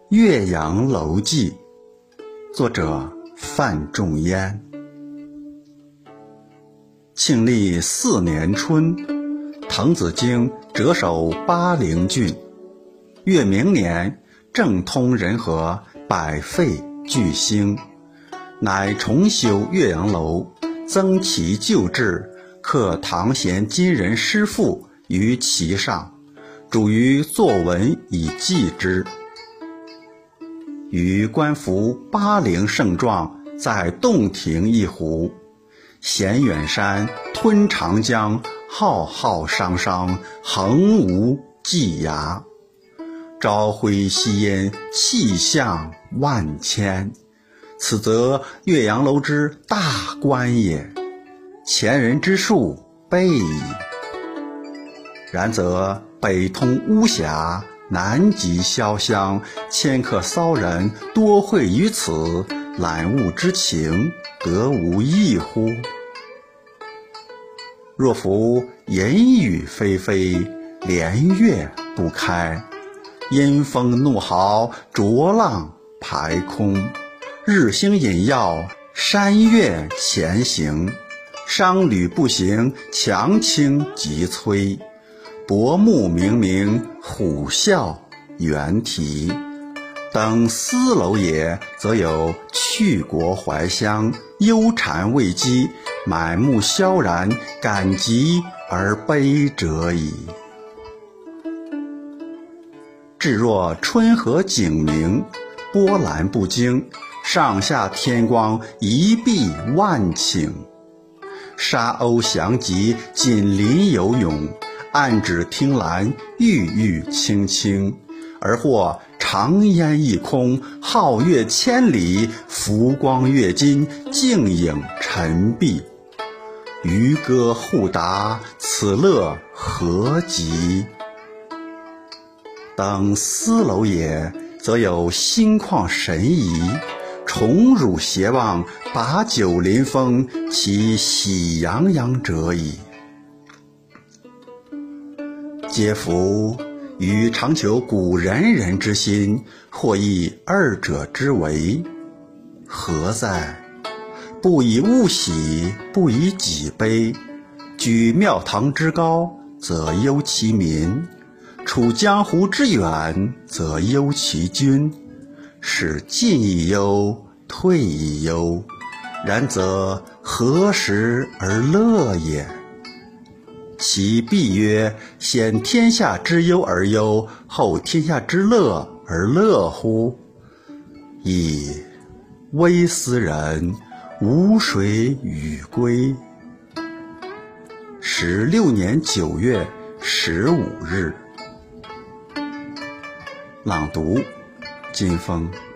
岳阳楼记》，作者范仲淹。庆历4年春，滕子京谪守巴陵郡。越明年，政通人和，百废具兴，乃重修岳阳楼，增其旧制，刻唐贤今人诗赋于其上，主于作文以记之。于观夫巴陵胜状，在洞庭一湖，衔远山，吞长江，浩浩汤汤，横无际涯。朝晖夕烟，气象万千，此则岳阳楼之大观也，前人之述备矣。然则北通巫峡，南极潇湘，迁客骚人多会于此，览物之情，得无异乎？若夫淫雨霏霏，连月不开，阴风怒号，浊浪排空，日星隐曜，山岳前行，商旅不行，樯倾楫摧，薄暮冥冥，虎啸猿啼。登斯楼也，则有去国怀乡，忧谗畏讥，满目萧然，感极而悲者矣。至若春和景明，波澜不惊，上下天光，一碧万顷。沙鸥翔集，锦鳞游泳，岸芷汀兰，郁郁青青。而或长烟一空，皓月千里，浮光跃金，静影沉璧。渔歌互答，此乐何极？登斯楼也，则有心旷神怡，宠辱偕忘，把酒临风，其喜洋洋者矣。嗟夫！予常求古仁人之心，或异二者之为，何哉？不以物喜，不以己悲。居庙堂之高，则忧其民；处江湖之远，则忧其君。是进亦忧，退亦忧，然则何时而乐也？其必曰：先天下之忧而忧，后天下之乐而乐乎？噫！微斯人，吾谁与归？16年9月15日。朗读：金风。